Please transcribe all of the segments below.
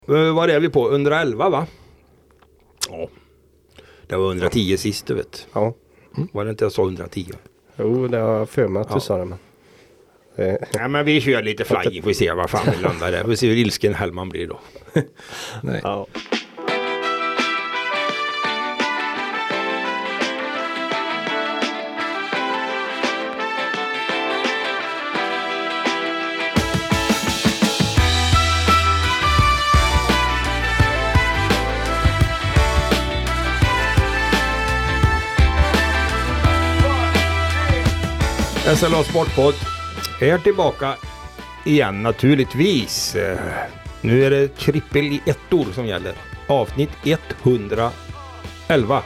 Vad är vi på? 111 va? Ja. Det var 110 sist du vet. Ja. Var det inte jag sa 110? Jo, det har för mig att du sa det. Men... Nej, men vi kör lite flying. Får vi se vad fan vi landar där. Vi ser hur ilsken Hellman blir då. Nej. Ja. SLA Sportpodd är tillbaka igen naturligtvis. Nu är det trippel i ettor som gäller. Avsnitt 111.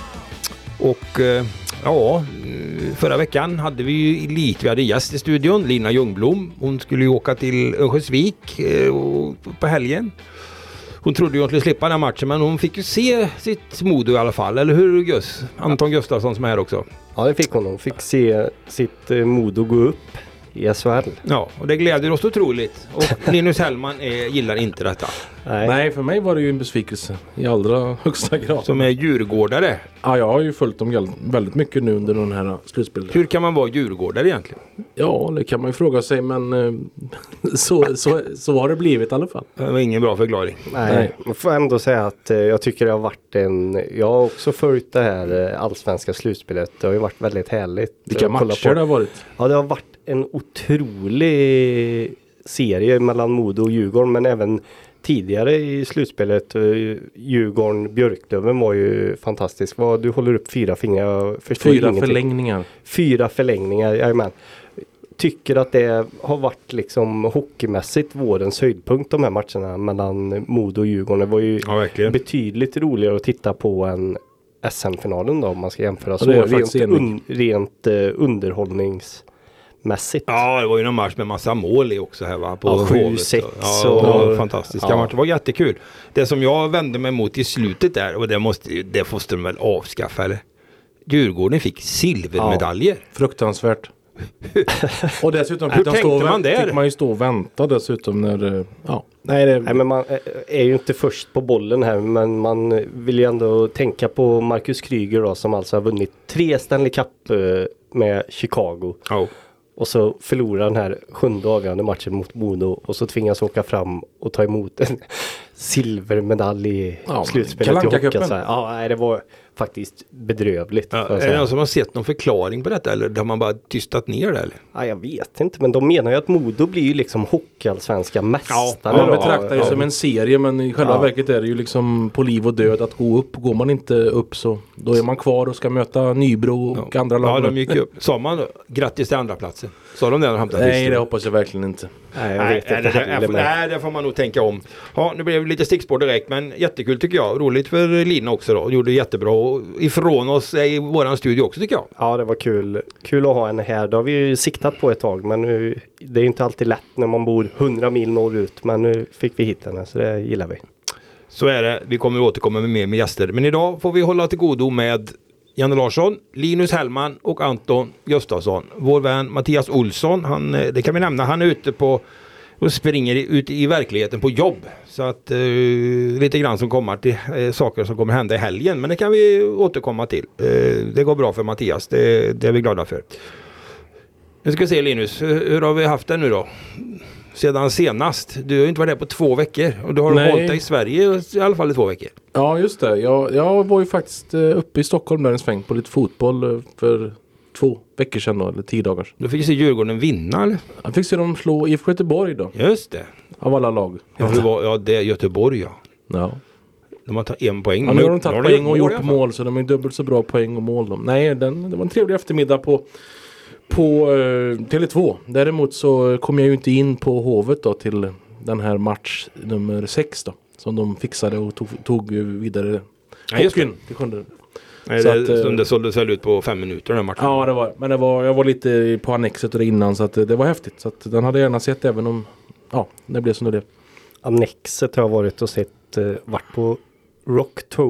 Och ja, förra veckan hade vi ju vi hade gäst i studion, Lina Ljungblom. Hon skulle ju åka till Örnsköldsvik på helgen. Hon trodde ju att hon skulle slippa den matchen, men hon fick ju se sitt Modo i alla fall. Eller hur Gus? Anton Gustafsson som är här också. Ja, det fick hon. Hon fick se sitt Modo gå upp i SHL. Ja, och det gläder oss otroligt. Och Linus Hellman gillar inte detta. Nej, för mig var det ju en besvikelse i allra högsta grad. Som är djurgårdare. Ja, jag har ju följt dem väldigt mycket nu under den här slutspelet. Hur kan man vara djurgårdare egentligen? Ja, det kan man ju fråga sig, men så har det blivit i alla fall. Det var ingen bra förklaring. Nej, man får ändå säga att jag tycker det har varit jag har också följt det här allsvenska slutspelet. Det har ju varit väldigt härligt. Vilka matcher det har varit? Ja, det har varit en otrolig serie mellan Modo och Djurgården, men även tidigare i slutspelet Djurgården-Björklöven var ju fantastisk. Du håller upp 4 fingrar. 4 förlängningar. 4 förlängningar, jajamän. Tycker att det har varit liksom hockeymässigt vårens höjdpunkt de här matcherna mellan Modo och Djurgården. Det var ju betydligt roligare att titta på än SM-finalen då, om man ska jämföra så. Rent underhållningsmässigt. Ja, det var ju någon match med massa mål i också här va? På 7-6. Ja, fantastiska matcher. Det var jättekul. Det som jag vände mig mot i slutet där, och det måste de väl avskaffa eller? Djurgården fick silvermedaljer. Ja, fruktansvärt. Och dessutom fick man ju stå och vänta dessutom när Nej, men man är ju inte först på bollen här, men man vill ju ändå tänka på Marcus Kryger då, som alltså har vunnit 3 Stanley Cup med Chicago. Och så förlorar den här 7:e avgörande matchen mot Modo och så tvingas åka fram och ta emot en silvermedalj i slutspelet i hockey. Ja, det var faktiskt bedrövligt. Är det någon som har sett någon förklaring på detta eller har man bara tystat ner det eller? Ja, jag vet inte, men de menar ju att Modo blir ju liksom hockeyallsvenska mästare. Man betraktar det som en serie, men i själva verket är det ju liksom på liv och död att gå upp. Går man inte upp så då är man kvar och ska möta Nybro och andra lag. Ja, de gick upp. Sa man då, grattis till andra platsen? Sa de det när de Nej, det hoppas jag verkligen inte. Nej, det får man nog tänka om. Ja, nu blev det lite stickspår direkt, men jättekul tycker jag. Roligt för Lina också då. Gjorde jättebra och ifrån oss i våran studio också tycker jag. Ja, det var kul. Kul att ha henne här. Det har vi ju siktat på ett tag, men nu, det är inte alltid lätt när man bor 100 mil norrut. Men nu fick vi hit henne, så det gillar vi. Så är det. Vi kommer återkomma med mer med gäster. Men idag får vi hålla till godo med Janne Larsson, Linus Hellman och Anton Gustafsson. Vår vän Mattias Olsson, det kan vi nämna, han är ute och springer ut i verkligheten på jobb. Så att lite grann som kommer till saker som kommer hända i helgen. Men det kan vi återkomma till. Det går bra för Mattias, det är vi glada för. Nu ska vi se Linus, hur har vi haft det nu då? Sedan senast. Du har ju inte varit där på 2 veckor. Och du har hållit dig i Sverige i alla fall i 2 veckor. Ja, just det. Jag var ju faktiskt uppe i Stockholm där en sväng på lite fotboll för 2 veckor sedan då, eller 10 dagar. Du fick se Djurgården vinna, eller? Jag fick se dem slå IFK Göteborg då. Just det. Av alla lag. Ja, det är Göteborg, ja. Ja. De har tagit 1 poäng. Ja, nu har de tagit poäng och gjort mål, så de är dubbelt så bra poäng och mål. Nej, det var en trevlig eftermiddag på Tele2. Däremot så kom jag ju inte in på Hovet då till den här match nummer 6 då. Som de fixade och tog vidare hockeyn till 7:e. Nej, det såldes väl ut på 5 minuter den här matchen. Ja, det var. Men jag var lite på annexet och det innan, så att det var häftigt. Så att den hade jag gärna sett, även om det blev som det blev. Annexet har jag varit och varit på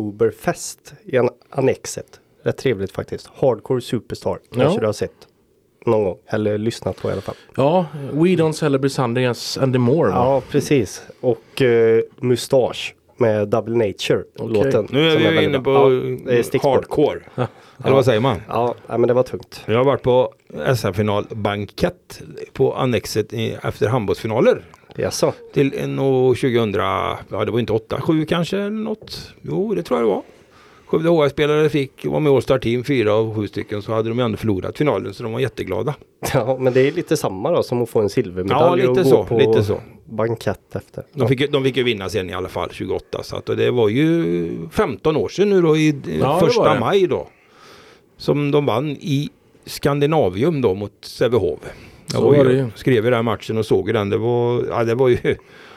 Rocktoberfest i annexet. Det är trevligt faktiskt. Hardcore Superstar. Kanske du har sett. någon gång. Eller lyssnat på i alla fall. Ja, We Don't Celebrate Sunday Anymore. Ja, precis. Och Mustache med Double Nature låten. Nu är vi inne på hardcore. Eller vad säger man? Ja, men det var tungt. Jag har varit på SM-finalbankett på Annexet efter handbollsfinaler. Jaså? Till 2000, ja det var inte 8-7 kanske eller något. Jo, det tror jag det var. Skövde HF-spelare var med All-Star Team, 4 av 7 stycken, så hade de ändå förlorat finalen, så de var jätteglada. Ja, men det är lite samma då som att få en silvermedalj. Ja, lite så. Bankett efter. De fick ju vinna sen i alla fall 28, så att, det var ju 15 år sedan nu då i första maj då. Som de vann i Skandinavium då mot Sävehof. Jag skrev i den matchen och såg den. Det var ju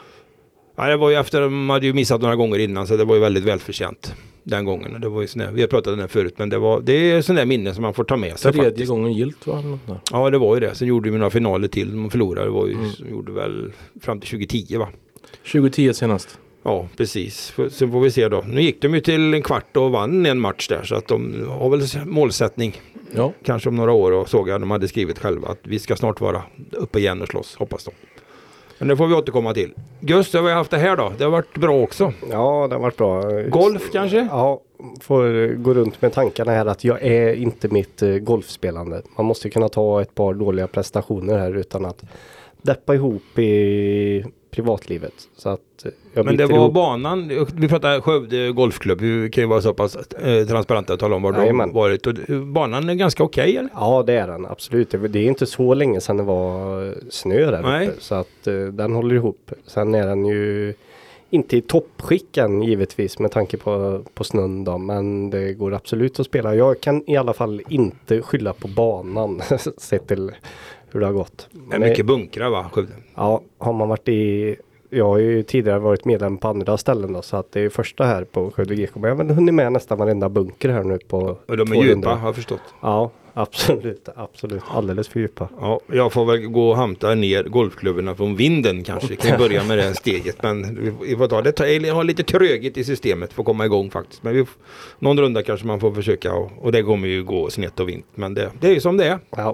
efter de hade ju missat några gånger innan, så det var ju väldigt välförtjänt den gången. Det var ju vi har pratat om det förut, men det är sån där minne som man får ta med sig. Tredje gången gilt va? Ja, det var ju det. Sen gjorde vi några finaler till. De förlorade. Det var ju, gjorde väl fram till 2010 va? 2010 senast. Ja, precis. Sen får vi se då. Nu gick de ju till en kvart och vann en match där, så att de har väl målsättning. Ja. Kanske om några år, och såg jag de hade skrivit själva att vi ska snart vara uppe igen och slåss, hoppas de. Men det får vi återkomma till. Gust, har vi haft det här då? Det har varit bra också. Ja, det har varit bra. Golf kanske? Ja, får gå runt med tankarna här att jag är inte mitt golfspelande. Man måste kunna ta ett par dåliga prestationer här utan att deppa ihop i privatlivet. Så att men det var ihop. Banan, vi pratar Skövde golfklubb, vi kan ju vara så pass transparenta och tala om var de varit. Och banan är ganska okej, eller? Ja, det är den, absolut. Det är inte så länge sedan det var snö där uppe, så att den håller ihop. Sen är den ju inte i toppskick än givetvis med tanke på snön då, men det går absolut att spela. Jag kan i alla fall inte skylla på banan sett till hur det har gått. Det är mycket bunkrar va, Skövde? Ja, har man varit i... Jag har ju tidigare varit medlem på andra ställen då, så att det är första här på Skövde GK. Men jag har väl hunnit med nästan varenda bunker här nu på. Och de är 200. Djupa, har jag förstått. Ja, absolut. Alldeles för djupa. Ja, jag får väl gå och hämta ner golfklubborna från vinden kanske. Kan börja med det steget. Men vi får ta det. Jag har lite tröghet i systemet för att komma igång faktiskt. Men någon runda kanske man får försöka. Och det kommer ju gå snett och vint. Men det är ju som det är. Ja.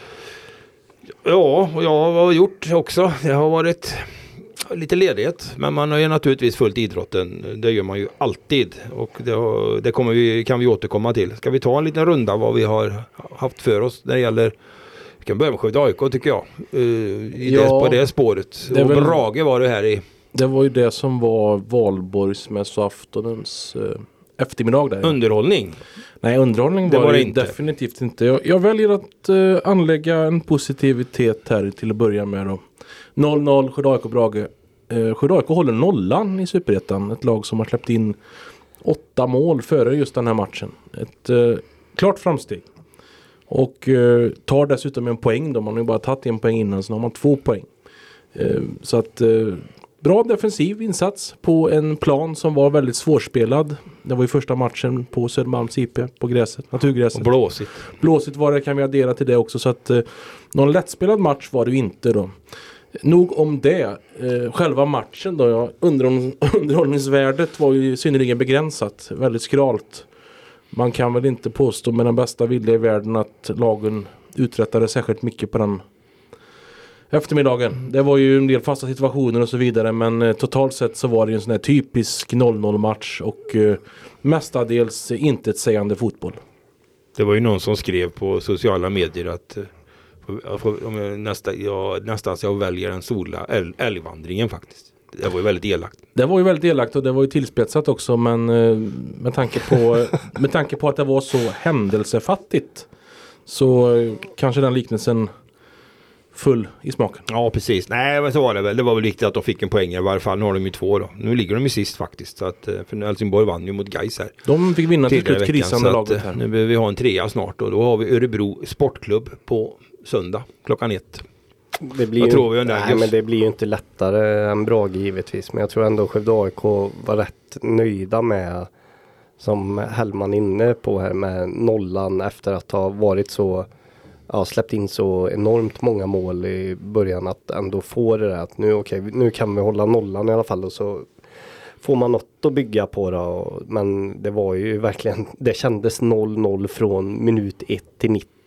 Ja, och jag har gjort också. Det har varit lite ledighet, men man har ju naturligtvis följt idrotten. Det gör man ju alltid, och det kan vi återkomma till. Ska vi ta en liten runda vad vi har haft för oss när det gäller, vi kan börja med Skövde AIK tycker jag, på det spåret. Och Brage var det här i. Det var ju det som var valborgsmässoaftonens eftermiddag där. Underhållning? Nej, underhållning var det inte. Definitivt inte. Jag väljer att anlägga en positivitet här till att börja med då. 0-0 Skövde AIK Brage. Skövde AIK håller nollan i Superettan. Ett lag som har släppt in 8 mål före just den här matchen. Ett klart framsteg. Och tar dessutom en poäng då. Man har ju bara tagit en poäng innan, så har man 2 poäng. Så att bra defensiv insats på en plan som var väldigt svårspelad. Det var ju första matchen på Södermalms IP på gräset, naturgräset. Och blåsigt. Blåsigt var det, kan vi addera till det också, så att någon lättspelad match var det ju inte då. Nog om det. Själva matchen då, underhållningsvärdet var ju synnerligen begränsat, väldigt skralt. Man kan väl inte påstå med den bästa vilja i världen att lagen uträttade särskilt mycket på den eftermiddagen. Det var ju en del fasta situationer och så vidare, men totalt sett så var det en sån här typisk 0-0 match och mestadels intetsägande fotboll. Det var ju någon som skrev på sociala medier att nästan så jag väljer en sola älgvandringen faktiskt. Det var ju väldigt elakt. Det var ju väldigt elakt och det var ju tillspetsat också, men med tanke på att det var så händelsefattigt så kanske den liknelsen full i smaken. Ja, precis. Nej, men så var det väl. Det var väl viktigt att de fick en poäng i varje fall. Nu har de ju 2 då. Nu ligger de ju sist faktiskt. Så att, för Helsingborg vann ju mot Gais här. De fick vinna till slut krisande laget här. Nu behöver vi ha en 3 snart och då har vi Örebro Sportklubb på söndag klockan 1. Det blir men det blir ju inte lättare än Brage givetvis. Men jag tror ändå Skövde AIK var rätt nöjda med, som Hellman inne på här, med nollan efter att ha varit så, släppt in så enormt många mål i början, att ändå få det där att nu kan vi hålla nollan i alla fall, och så får man något att bygga på då. Men det var ju verkligen, det kändes 0-0 från minut 1 till 90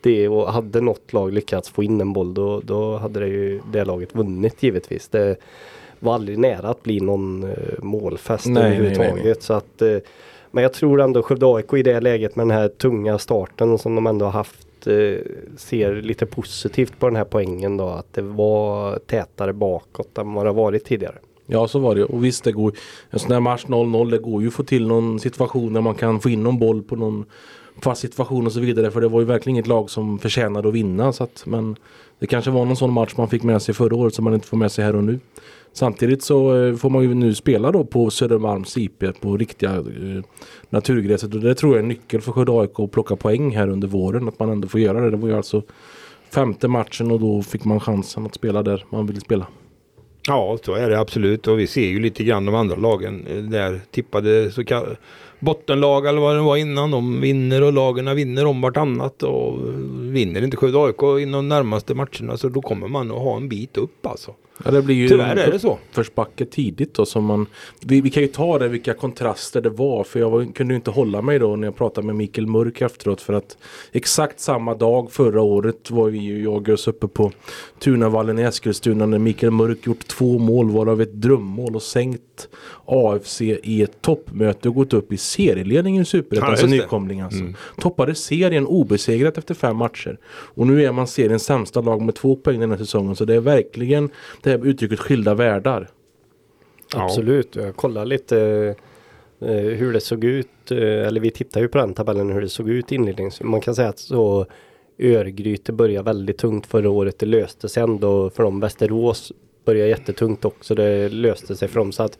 det, och hade något lag lyckats få in en boll då hade det laget vunnit givetvis. Det var aldrig nära att bli någon målfest överhuvudtaget. Nej. Så att, men jag tror ändå Skövde AIK i det läget med den här tunga starten som de ändå har haft ser lite positivt på den här poängen då, att det var tätare bakåt än vad det varit tidigare. Ja, så var det. Och visst, det går en sån här match 0-0, det går ju att få till någon situation där man kan få in någon boll på någon fast situation och så vidare, för det var ju verkligen inget lag som förtjänade att vinna, så att, men det kanske var någon sån match man fick med sig förra året som man inte får med sig här och nu. Samtidigt så får man ju nu spela då på Södermalms IP på riktiga naturgräset, och det tror jag är en nyckel för Skövde AIK att plocka poäng här under våren, att man ändå får göra det. Det var ju alltså 5:e matchen och då fick man chansen att spela där man ville spela. Ja, så är det absolut, och vi ser ju lite grann de andra lagen där tippade så bottenlag eller vad det var innan, de vinner och lagarna vinner om vartannat, och vinner inte Skövde AIK inom närmaste matcherna så då kommer man att ha en bit upp alltså. Ja, det blir ju tyvärr är det så. Försbacke tidigt då, som man, vi kan ju ta det, vilka kontraster det var, för jag kunde ju inte hålla mig då när jag pratade med Mikael Mörk efteråt, för att exakt samma dag förra året var vi ju, jag och Gus, uppe på Tunavallen i Eskilstuna när Mikael Mörk gjort 2 mål varav ett drömmål och sänkt AFC i ett toppmöte och gått upp i serieledningen i Superettan, alltså nykomling alltså. Toppade serien obesegrat efter 5 matcher. Och nu är man seriens sämsta lag med 2 poäng den här säsongen, så det är verkligen det här uttrycket skilda världar. Absolut, jag kollar lite hur det såg ut, eller vi tittar ju på den tabellen hur det såg ut inledningsvis. Man kan säga att så Örgryte började väldigt tungt förra året, det löste sig ändå för dem. Västerås började jättetungt också, det löste sig för dem, så att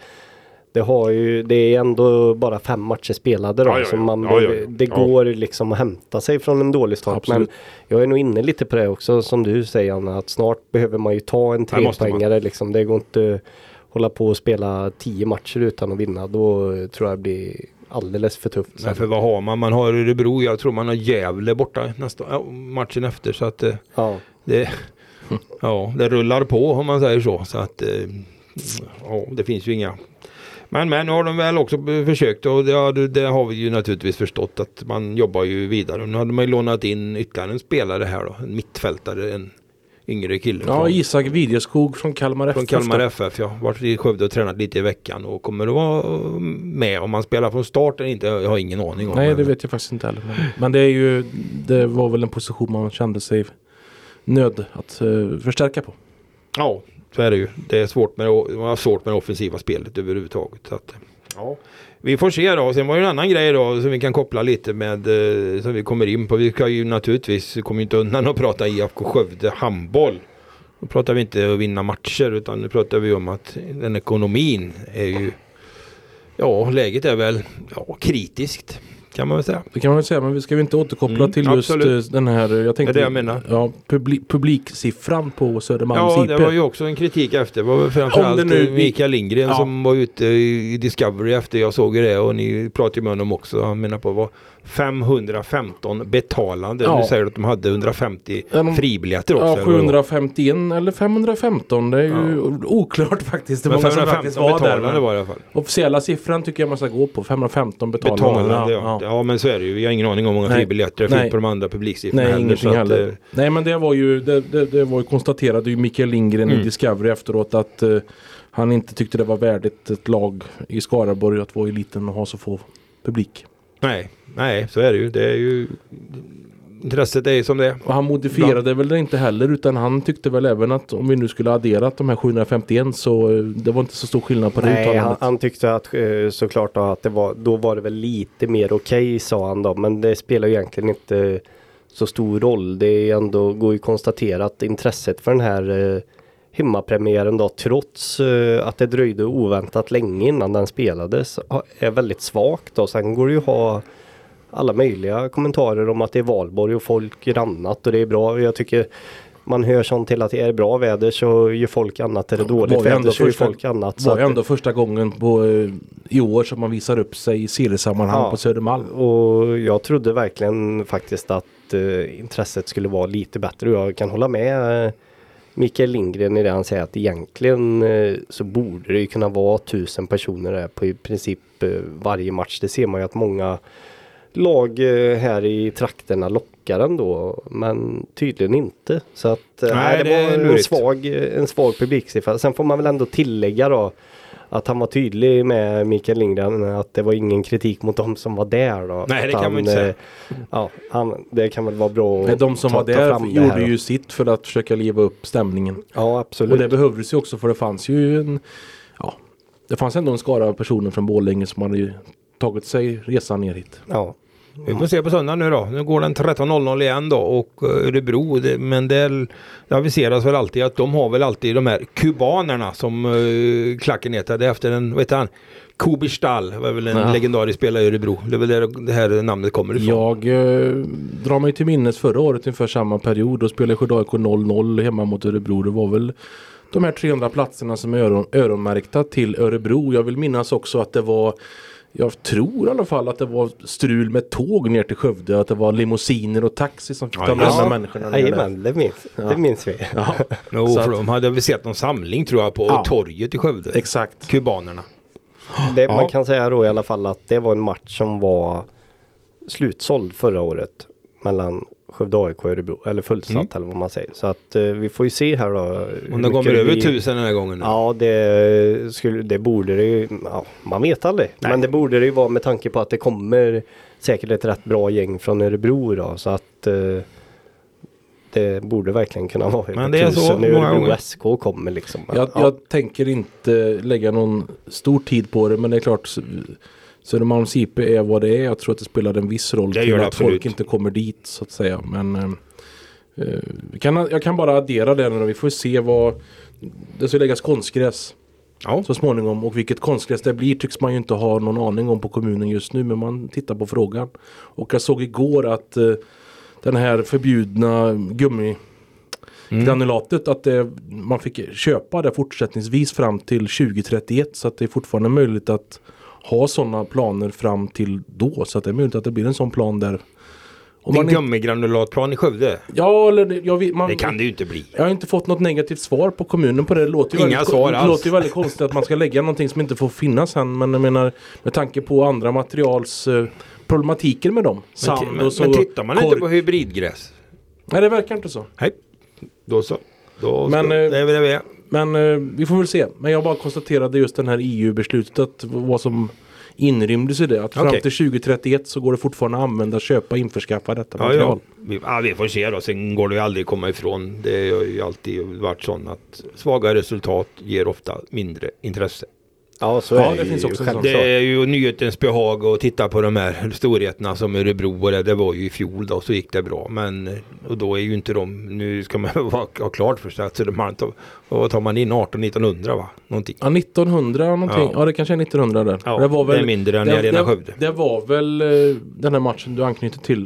det är ändå bara 5 matcher spelade då, det går liksom att hämta sig från en dålig start. Absolut. Men jag är nog inne lite på det också som du säger, Anna, att snart behöver man ju ta en 3-poängare liksom. Det går inte hålla på och spela 10 matcher utan att vinna, då tror jag det blir alldeles för tufft. Nej, för vad har man? Man har Örebro, jag tror man har Gävle borta matchen efter, så att det rullar på om man säger så att det finns ju inga. Men har de väl också försökt, och det har vi ju naturligtvis förstått att man jobbar ju vidare. Nu hade man ju lånat in ytterligare en spelare här då, en mittfältare, en yngre kille. Ja, Isak Videskog från Kalmar FF. Från Kalmar FF, ja. Varit i Skövde och tränat lite i veckan och kommer att vara med om man spelar från start eller inte. Jag har ingen aning om. Nej, det vet jag faktiskt inte heller. Men det var väl en position man kände sig nöd att förstärka på. Ja, så är det ju. Det är svårt med det offensiva spelet överhuvudtaget. Så att, vi får se då. Sen var det en annan grej då som vi kan koppla lite med, som vi kommer in på. Vi kan ju naturligtvis, kommer inte undan att prata IFK Skövde handboll. Då pratar vi inte att vinna matcher, utan nu pratar vi om att den ekonomin är ju, läget är väl kritiskt. Kan man väl säga. Det kan man väl säga, men vi ska inte återkoppla till just den här, jag tänkte, det är det jag menar. Ja, publiksiffran på Södermalms IP. Ja, det var ju också en kritik efter. Det var framförallt Mikael Lindgren som var ute i Discovery efter jag såg det, och ni pratade med honom också. Han menar på vad 515 betalande. Nu säger du att de hade 150 fribiljetter också. Ja, 751 eller 515. Det är ju oklart faktiskt. Men 515 betalande var det i alla fall. Officiella siffran tycker jag man ska gå på. 515 betalande. Ja, men så är det ju. Vi har ingen aning om hur många fribiljetter det finns på de andra publiksiffrorna. Nej, ingenting heller. Nej, men det var ju konstaterade ju Mikael Lindgren i Discovery efteråt att han inte tyckte det var värdigt ett lag i Skaraborg att vara eliten och ha så få publik. Nej, så är det ju. Det är ju intresset är som det är. Och han modifierade väl det inte heller, utan han tyckte väl även att om vi nu skulle adderat de här 751 så det var inte så stor skillnad på det uttalandet. Nej, han tyckte att såklart att då var det väl lite mer okej, sa han då, men det spelar ju egentligen inte så stor roll. Det är ändå, går ju konstatera att intresset för den här hemmapremiären då, trots att det dröjde oväntat länge innan den spelades, är väldigt svagt då. Sen går det ju att ha alla möjliga kommentarer om att det är valborg och folk gör annat och det är bra. Jag tycker man hör sånt till att det är bra väder så gör folk annat, är det dåligt väder så gör folk annat. Det var ändå första gången i år som man visar upp sig i seriesammanhang på Södermalm. Och jag trodde verkligen faktiskt att intresset skulle vara lite bättre, och jag kan hålla med Mikael Lindgren i det han säger att egentligen så borde det ju kunna vara 1000 personer där på i princip varje match. Det ser man ju att många lag här i trakterna lockar ändå, men tydligen inte. Så att Nej, det var en svag publiksiffra. Sen får man väl ändå tillägga då att han var tydlig med Mikael Lindgren att det var ingen kritik mot dem som var där då. Nej, det kan man inte säga. Ja, det kan väl vara bra att de som var där gjorde ju sitt för att försöka leva upp stämningen. Ja, absolut. Och det behövdes ju också, för det fanns ju det fanns ändå en skara av personer från Borlänge som hade tagit sig resan ner hit. Ja. Vi får se på söndag nu då. Nu går den 13.00 igen då och Örebro, men det aviseras väl alltid att de har väl alltid de här kubanerna som klacken heter. Det är efter en, vad heter han? Kubistal var väl en legendarisk spelare i Örebro. Det är väl där det här namnet kommer ifrån. Jag drar mig till minnes förra året inför samma period. Då spelade Skövde AIK 0-0 hemma mot Örebro. Det var väl de här 300 platserna som är öronmärkta till Örebro. Jag vill minnas också att det var, jag tror i alla fall att det var strul med tåg ner till Skövde. Att det var limousiner och taxi som fick ta med de människorna. Jajamän, det minns vi. Ja. För de hade väl sett någon samling tror jag på torget i Skövde. Exakt. Kubanerna. Man kan säga då i alla fall att det var en match som var slutsåld förra året mellan Skövde AIK och Örebro, eller fullsatt eller vad man säger. Så att vi får ju se här då. Om det kommer över 1000 den här gången. Ja, det borde det ju, man vet aldrig. Nej. Men det borde det ju vara med tanke på att det kommer säkert ett rätt bra gäng från Örebro då, så att det borde verkligen kunna vara men det är så när Örebro SK kommer liksom. Jag tänker inte lägga någon stor tid på det, men det är klart Södermalms IP är vad det är. Jag tror att det spelar en viss roll till att folk inte kommer dit så att säga. Men jag kan bara addera det när vi får se vad det ska läggas konstgräs så småningom. Och vilket konstgräs det blir tycks man ju inte ha någon aning om på kommunen just nu. Men man tittar på frågan. Och jag såg igår att den här förbjudna gummigranulatet att man fick köpa det fortsättningsvis fram till 2031. Så att det är fortfarande möjligt att ha sådana planer fram till då. Så att det är möjligt att det blir en sån plan där. En gummigranulatplan i Skövde? Ja, eller det kan det ju inte bli. Jag har inte fått något negativt svar på kommunen på det. Det låter ju väldigt konstigt att man ska lägga någonting som inte får finnas sen. Men jag menar, med tanke på andra materials problematiker med dem. Men tittar man inte på hybridgräs? Nej, det verkar inte så. Nej, då så. Men det är väl det. Men vi får väl se. Men jag bara konstaterade just den här EU-beslutet att vad som inrymdes i det. Att fram till 2031 så går det fortfarande att använda, köpa, införskaffa detta material. Vi får se då. Sen går det ju aldrig komma ifrån. Det har ju alltid varit så att svaga resultat ger ofta mindre intresse. Ja, så är det finns också det är ju nyhetens behag att titta på de här storheterna som Örebro och det var ju i fjol då, så gick det bra. Men och då är ju inte nu ska man ha klart för sig att vad tar man in 1800-1900 va? Någonting. Ja, 1900 någonting. Ja, det kanske är 1900 där. Ja, det var väl, det är mindre än i Arena Skövde. Det var väl den här matchen du anknyter till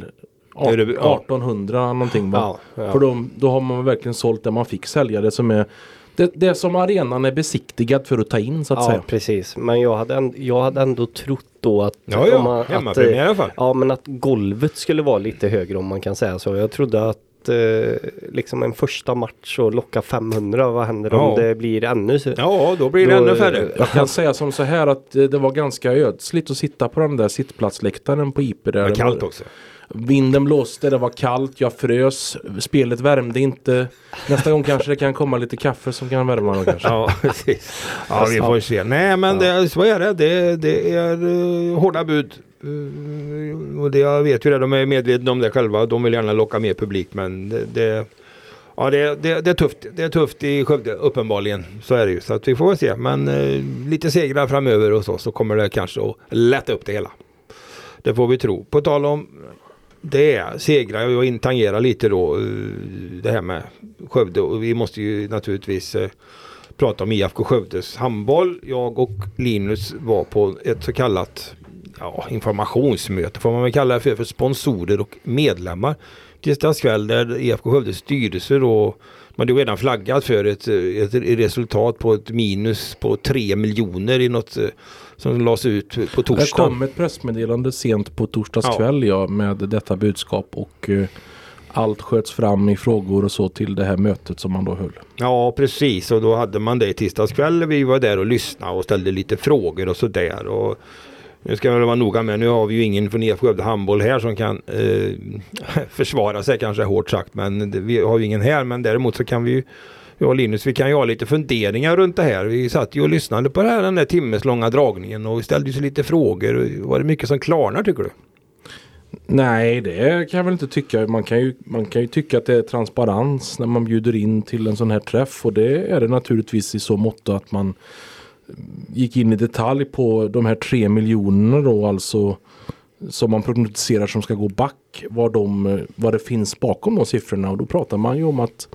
1800 någonting va? Ja. För då har man verkligen sålt det man fick sälja det som är det som arenan är besiktigad för att ta in så att säga. Ja, precis. Men jag hade ändå trott då att hemmapremiär i alla fall. Ja, men att golvet skulle vara lite högre om man kan säga så. Jag trodde att liksom en första match så locka 500, vad händer om det blir ännu så? Ja, då blir det ännu färre. Jag kan säga som så här att det var ganska ödsligt att sitta på den där sittplatsläktaren på IP där. Det var kallt också. Vinden blåste, det var kallt, jag frös, spelet värmde inte. Nästa gång kanske det kan komma lite kaffe som kan värma då kanske. Ja, precis. Ja, vi får se. Nej, men så är det. Det är hårda bud. Och jag vet ju det, de är medvetna om det själva. De vill gärna locka mer publik, men det är tufft. Det är tufft i Skövde, uppenbarligen. Så är det ju. Så att vi får se. Men lite segrar framöver och så kommer det kanske att lätta upp det hela. Det får vi tro. På tal om det segrar, jag intangerar lite då det här med Skövde, och vi måste ju naturligtvis prata om IFK Skövdes handboll. Jag och Linus var på ett så kallat informationsmöte får man väl kalla det för sponsorer och medlemmar tisdagskväll där IFK Skövdes styrelse då, man hade redan flaggat för ett resultat på ett minus på 3 miljoner i något som lades ut på torsdag. Det kom ett pressmeddelande sent på torsdagskväll med detta budskap och allt sköts fram i frågor och så till det här mötet som man då höll. Ja, precis. Och då hade man det i tisdagskväll. Vi var där och lyssnade och ställde lite frågor och så där. Och Nu ska vi vara noga med, nu har vi ju ingen från IFK Skövde handboll här som kan försvara sig, kanske hårt sagt, men vi har ju ingen här, men däremot så kan vi ju, jag och Linus, vi kan ju ha lite funderingar runt det här. Vi satt ju och lyssnade på det här, den där timmeslånga dragningen, och vi ställde ju lite frågor. Var det mycket som klarnar, tycker du? Nej, det kan jag väl inte tycka. Man kan ju tycka att det är transparens när man bjuder in till en sån här träff, och det är det naturligtvis i så mått att man gick in i detalj på de här 3 miljonerna då, alltså som man prognostiserar som ska gå back, vad det finns bakom de siffrorna. Och då pratar man ju om att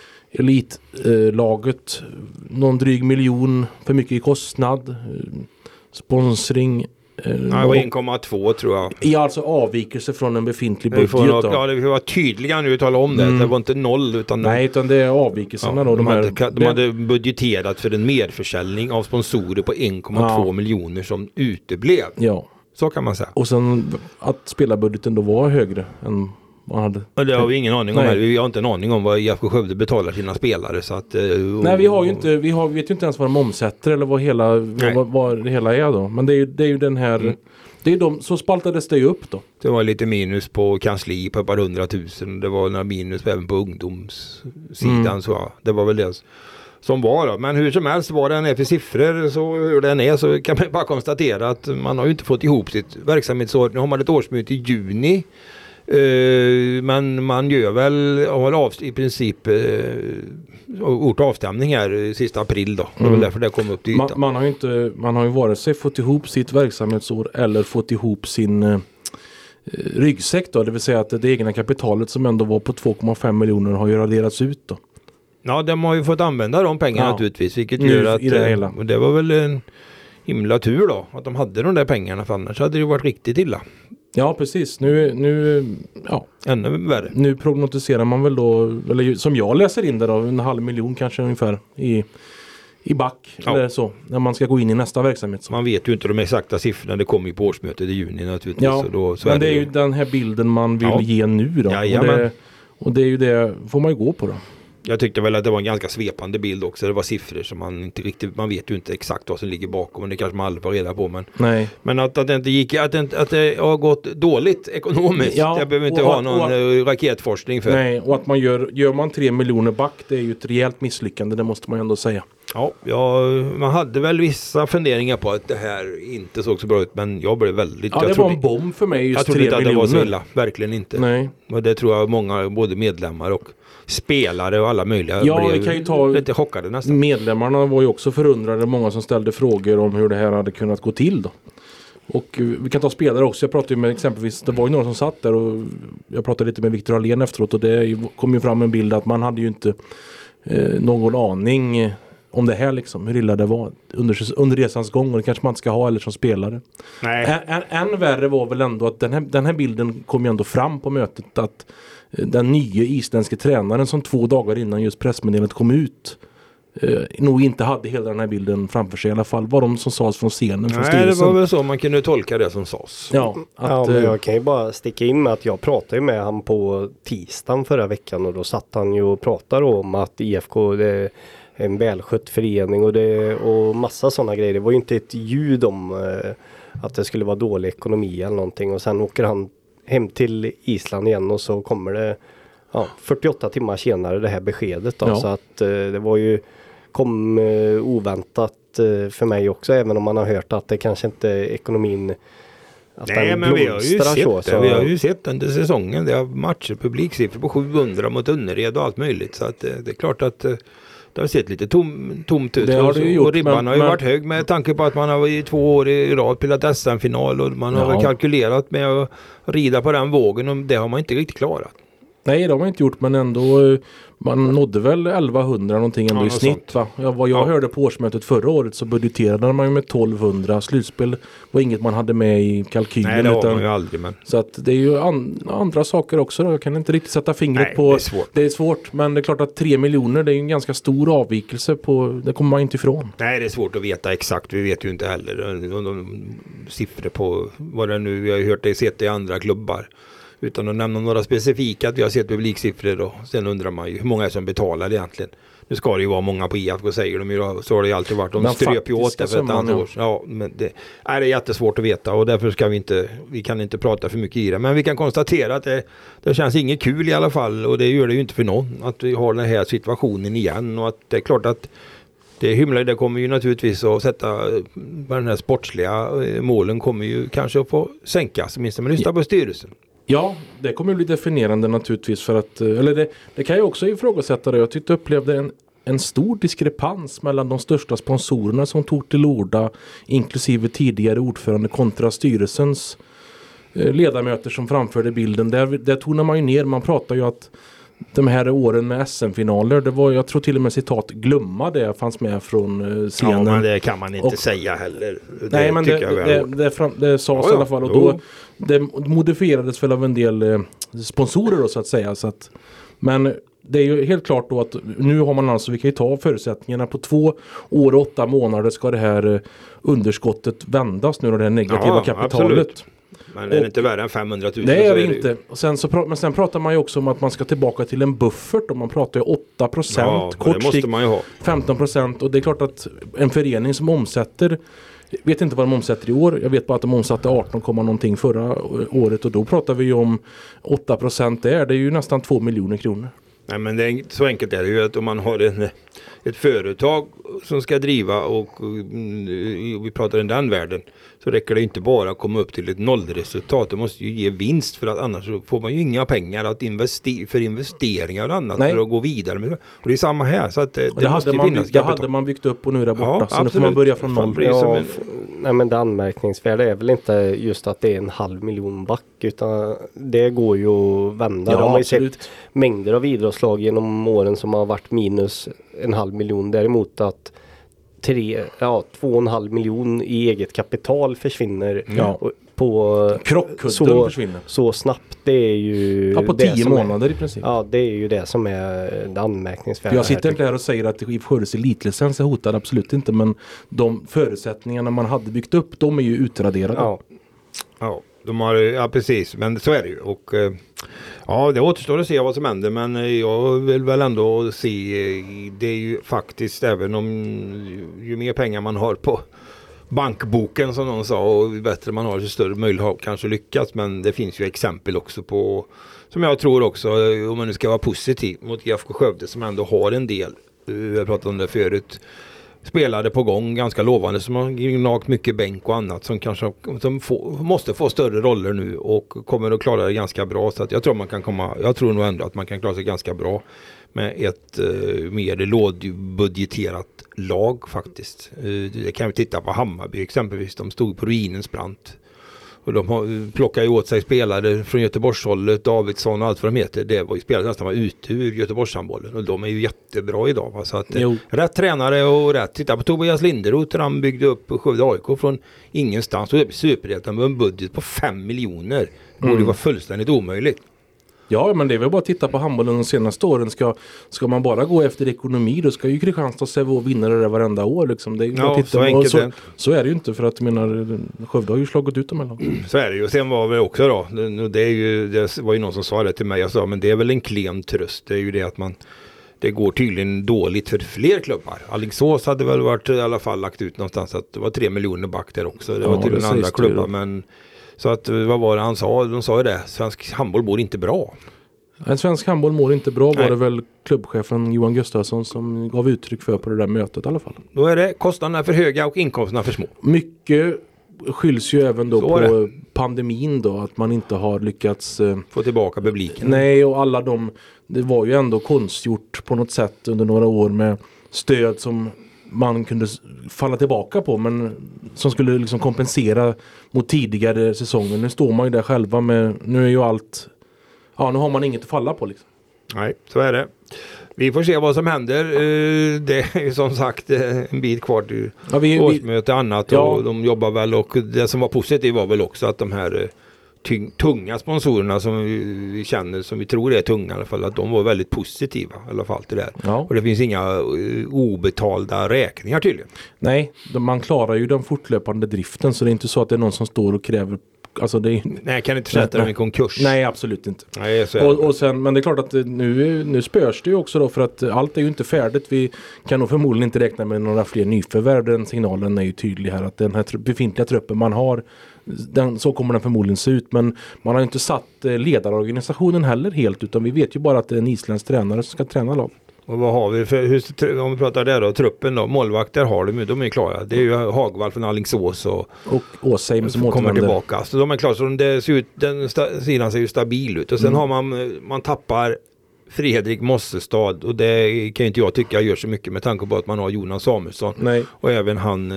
elitlaget någon dryg miljon för mycket i kostnad, sponsring. Det var 1,2 tror jag. Ja, alltså avvikelse från en befintlig budget. Ja, det var tydliga nu att tala om det. Det var inte 0 utan... Nej, utan det är avvikelserna då. De hade budgeterat för en merförsäljning av sponsorer på 1,2 miljoner som uteblev. Ja. Så kan man säga. Och sen att spelarbudgeten då var högre än man hade. Och det har vi ingen aning om här. Vi har inte en aning om vad IFK Skövde betalar sina spelare. Så att, nej, vi har ju inte, vet ju inte ens vad de omsätter eller vad det hela är då. Men det är ju den här... Det är så spaltades det ju upp då. Det var lite minus på kansli på ett par 100 000. Det var några minus även på ungdomssidan. Så det var väl det som var då. Men hur som helst, vad den är för siffror, så hur den är, så kan man bara konstatera att man har ju inte fått ihop sitt verksamhetsår. Nu har man ett årsmöte i juni. Men man gör väl i princip gjort avstämning här sista april då. Det var därför det kom upp till ytan. Man har ju vare sig fått ihop sitt verksamhetsår eller fått ihop sin ryggsäck då. Det vill säga att det egna kapitalet som ändå var på 2,5 miljoner har ju raderats ut då. Ja, de har ju fått använda de pengarna naturligtvis. Vilket gör att det var väl en himla tur då. Att de hade de där pengarna, för annars hade det varit riktigt illa. Ja, precis. Nu ännu värre. Nu prognostiserar man väl då, eller som jag läser in det då, 500 000 kanske ungefär i back eller så, när man ska gå in i nästa verksamhet. Man vet ju inte de exakta siffrorna, det kommer ju på årsmötet i juni naturligtvis. Ja, men det är ju den här bilden man vill ge nu då. Och det är ju det får man ju gå på då. Jag tyckte väl att det var en ganska svepande bild också. Det var siffror som man inte riktigt, man vet ju inte exakt vad som ligger bakom, men det kanske man aldrig får reda på. Men att det inte gick, att det har gått dåligt ekonomiskt. Ja, jag behöver inte ha någon raketforskning för. Nej, och att man gör man 3 miljoner back, det är ju ett rejält misslyckande, det måste man ändå säga. Ja, man hade väl vissa funderingar på att det här inte såg så bra ut, men jag blev väldigt... Ja, det var en bomb för mig just 3 miljoner. Jag trodde inte att det var så illa, verkligen inte. Nej. Och det tror jag många, både medlemmar och spelare och alla möjliga, blev kan ju ta lite chockade nästan. Medlemmarna var ju också förundrade, många som ställde frågor om hur det här hade kunnat gå till då. Och vi kan ta spelare också. Jag pratade med exempelvis, det var ju några som satt där och jag pratade lite med Viktor Allén efteråt, och det kom ju fram en bild att man hade ju inte någon aning om det här liksom, hur illa det var under resans gång, och det kanske man inte ska ha eller som spelare. Nej. Än värre var väl ändå att den här bilden kom ju ändå fram på mötet, att den nya isländske tränaren som 2 dagar innan just pressmeddelandet kom ut nog inte hade hela den här bilden framför sig, i alla fall var de som sades från scenen. Från Nej, det var väl så man kunde tolka det som sades. Ja, men jag kan ju bara sticka in med att jag pratade med han på tisdagen förra veckan, och då satt han ju och pratade om att IFK det är en välskött förening och massa sådana grejer. Det var ju inte ett ljud om att det skulle vara dålig ekonomi eller någonting, och sen åker han hem till Island igen och så kommer det 48 timmar senare det här beskedet då. Så att det var ju oväntat för mig också, även om man har hört att det kanske inte ekonomin att nej, men vi har ju sett under säsongen, det har matcher, publiksiffror på 700 mot Önnered och allt möjligt, så att det är klart att det har sett lite tomt ut. Och ribban har ju varit hög med tanke på att man har i 2 år i rad spelat SM-final, och man har väl kalkylerat med att rida på den vågen, och det har man inte riktigt klarat. Nej, det har man inte gjort, men ändå man nådde väl 1100 någonting ändå i snitt, va? Vad jag hörde på årsmötet förra året så budgeterade man ju med 1200. Slutspel var inget man hade med i kalkylen. Nej, det har man ju aldrig. Men... Så att det är ju andra saker också då. Jag kan inte riktigt sätta fingret på. Det är svårt, men det är klart att 3 miljoner, det är ju en ganska stor avvikelse på, det kommer man inte ifrån. Nej, det är svårt att veta exakt. Vi vet ju inte heller de siffror på vad det nu, vi har ju hört det, sett det i andra klubbar. Utan att nämna några specifika, att vi har sett publiksiffror och sen undrar man ju hur många är som betalar egentligen. Nu ska det ju vara många på IFK, säger de ju, så har det ju alltid varit. De ströp ju åt det för ett antal år. Ja, men det är jättesvårt att veta och därför ska vi kan inte prata för mycket i det. Men vi kan konstatera att det känns inget kul i alla fall, och det gör det ju inte för någon att vi har den här situationen igen, och att det är klart att det kommer ju naturligtvis att sätta den här sportsliga målen kommer ju kanske att få sänkas, minst om man lyssnar på styrelsen. Ja, det kommer bli definierande naturligtvis, för att, eller det kan jag också ifrågasätta det. Jag tyckte upplevde en stor diskrepans mellan de största sponsorerna som tog till orda, inklusive tidigare ordförande, kontra styrelsens ledamöter som framförde bilden. Där tonar man ju ner, man pratar ju att de här åren med SM-finaler, det var, jag tror till och med citat, glömma det fanns med från scenen. Ja, men det kan man inte säga heller. Nej, men det sades i alla fall, och då det modifierades väl av en del sponsorer då, så att säga. Så att, men det är ju helt klart då att nu har man alltså, vi kan ju ta förutsättningarna på 2 år och 8 månader ska det här underskottet vändas nu, och det här negativa kapitalet. Absolut. Men är det inte värre än 500 000? Nej, det är inte. Och sen pratar man ju också om att man ska tillbaka till en buffert, och man pratar ju 8%, kort sikt 15%, och det är klart att en förening som omsätter, vet inte vad de omsätter i år, jag vet bara att de omsatte 18, någonting förra året, och då pratar vi ju om 8% det är ju nästan 2 miljoner kronor. Nej, men så enkelt är det ju, att om man har ett företag som ska driva och vi pratar i den världen, så räcker det inte bara att komma upp till ett nollresultat. Det måste ju ge vinst, för att annars får man ju inga pengar att för investeringar och annat. Nej. För att gå vidare med det. Och det är samma här. Så att det måste finnas kapital. Det hade man byggt upp och nu är det borta. Så nu får man börja från noll. Nej, men det anmärkningsvärda är väl inte just att det är 500 000 back, utan det går ju att vända. De har ju sett mängder av idrottslag genom åren som har varit minus 500 000. Däremot att 2,5 miljoner i eget kapital försvinner på krockkudden försvinner. Så snabbt, det är ju på 10 månader i princip. Ja, det är ju det som är det anmärkningsvärda. Jag sitter inte här och säger att Skövdes elitlicens är hotad, absolut inte, men de förutsättningarna man hade byggt upp, de är ju utraderade. Ja, precis, men så är det ju, och det återstår att se vad som händer, men jag vill väl ändå se, det är ju faktiskt, även om ju mer pengar man har på bankboken som någon sa, och ju bättre man har, så större möjlighet att kanske lyckas, men det finns ju exempel också på, som jag tror också, om man nu ska vara positiv mot IFK Skövde, som ändå har en del, jag pratade om det förut, spelare på gång, ganska lovande, som har gnagt mycket bänk och annat, som kanske måste få större roller nu och kommer att klara det ganska bra. Så att jag tror nog ändå att man kan klara sig ganska bra med ett mer lågbudgeterat lag faktiskt. Det kan vi titta på Hammarby exempelvis, de stod på ruinens brant. Och de plockade ju åt sig spelare från Göteborgshållet, Davidsson och allt vad de heter. Det var ju spelare nästan var ute ur Göteborgshandbollen, och de är ju jättebra idag. Va? Så att, rätt tränare och rätt. Titta på Tobias Linderoth, han byggde upp Skövde AIK från ingenstans. Och det är superrätt med en budget på 5 miljoner. Det borde vara fullständigt omöjligt. Ja, men det är väl bara att titta på handbollen de senaste åren. Ska man bara gå efter ekonomi, då ska ju Kristianstad och Sävehof vinna det där varenda år. Liksom. Det är så är det ju inte, för att Skövde har ju slagit ut dem emellan. Så är det ju. Och sen var det också då, det var ju någon som sa det till mig, jag sa, men det är väl en klen tröst. Det är ju det att det går tydligen dåligt för fler klubbar. Alingsås hade väl varit i alla fall lagt ut någonstans att det var 3 miljoner back där också. Det var till en andra klubbar, men så att, vad var det han sa? De sa ju det, svensk handboll mår inte bra. En svensk handboll mår inte bra, var det väl klubbchefen Johan Gustafsson som gav uttryck för på det där mötet i alla fall. Då är det kostnaderna för höga och inkomsterna för små. Mycket skylls ju även då på pandemin då, att man inte har lyckats få tillbaka publiken. Nej, och alla det var ju ändå konstgjort på något sätt under några år med stöd som man kunde falla tillbaka på, men som skulle liksom kompensera mot tidigare säsonger. Nu står man ju där själva med, nu är ju allt, nu har man inget att falla på liksom. Nej, så är det. Vi får se vad som händer. Det är ju som sagt en bit kvar till årsmöte och annat, och de jobbar väl, och det som var positivt var väl också att de här tunga sponsorerna som vi känner, som vi tror är tunga i alla fall, att de var väldigt positiva i alla fall till det här. Ja. Och det finns inga obetalda räkningar tydligen. Nej, man klarar ju den fortlöpande driften, så det är inte så att det är någon som står och kräver Alltså det, nej, kan inte sätta dem i konkurs. Nej, absolut inte. Nej, och sen, men det är klart att nu spörs det ju också då, för att allt är ju inte färdigt. Vi kan nog förmodligen inte räkna med några fler nyförvärv. Den signalen är ju tydlig här, att den här befintliga truppen man har, så kommer den förmodligen se ut. Men man har ju inte satt ledarorganisationen heller helt, utan vi vet ju bara att det är en isländsk tränare som ska träna laget. Och vad har vi för, om vi pratar där då, truppen då, målvakter har de är klara. Det är ju Hagvall från Alingsås och Åsheim som kommer tillbaka. Så de är klara, så det ser ut, den sidan ser ju stabil ut. Och sen har man tappar Fredrik Mossestad, och det kan ju inte jag tycka gör så mycket med tanke på att man har Jonas Samuelsson. Nej. Och även han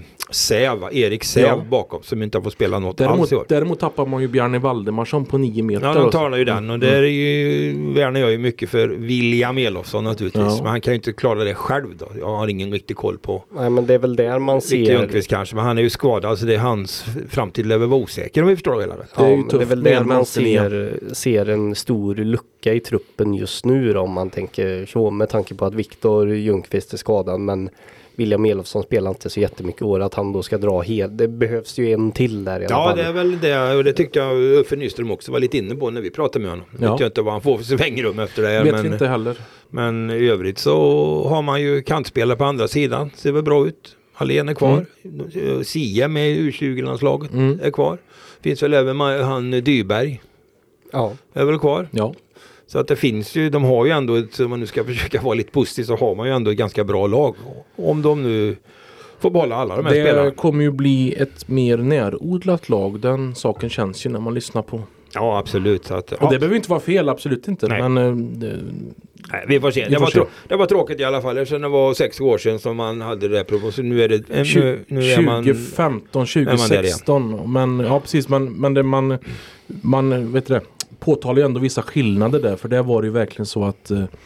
Erik Säv bakom, som inte har fått spela något alls i år. Däremot tappar man ju Bjarne Valdemarsson på 9 meter. Ja, de talar ju den, och det är ju, värnar jag ju mycket för William Elofsson naturligtvis. Ja. Men han kan ju inte klara det själv då. Jag har ingen riktig koll på. Nej, men det är väl där man ser... Ljungqvist kanske, men han är ju skadad, så det är hans framtid lever vara osäker, om vi förstår hela det. Ja, men det är väl där man ser en stor lucka i truppen just nu då, om man tänker så, med tanke på att Viktor Ljungqvist är skadad, men William Elofsson spelar inte så jättemycket år, att han då ska dra helt. Det behövs ju en till där i alla fall. Ja, det är väl det, och det tyckte jag Uffe Nyström också var lite inne på när vi pratade med honom. Jag vet inte vad han får för svängrum efter det. Vet vi inte heller. Men i övrigt så har man ju kantspelare på andra sidan. Ser väl bra ut. Hallén är kvar. Sia med U20-landslaget är kvar. Finns väl även han Dyberg. Ja. Är väl kvar. Ja. Så att det finns ju, de har ju ändå, om man nu ska försöka vara lite positiv, så har man ju ändå ett ganska bra lag. Om de nu får behålla alla de här spelarna. Det kommer ju bli ett mer närodlat lag. Den saken känns ju när man lyssnar på. Ja, absolut. Så att, och det behöver inte vara fel, absolut inte. Nej. Men nej, vi får se. Det var tråkigt i alla fall. Eftersom det var 6 år sedan som man hade det här. Så nu är det... nu är man, 2015, 2016. Men ja, precis. Men det man vet det, påtalar ju ändå vissa skillnader där. För det var det ju verkligen så att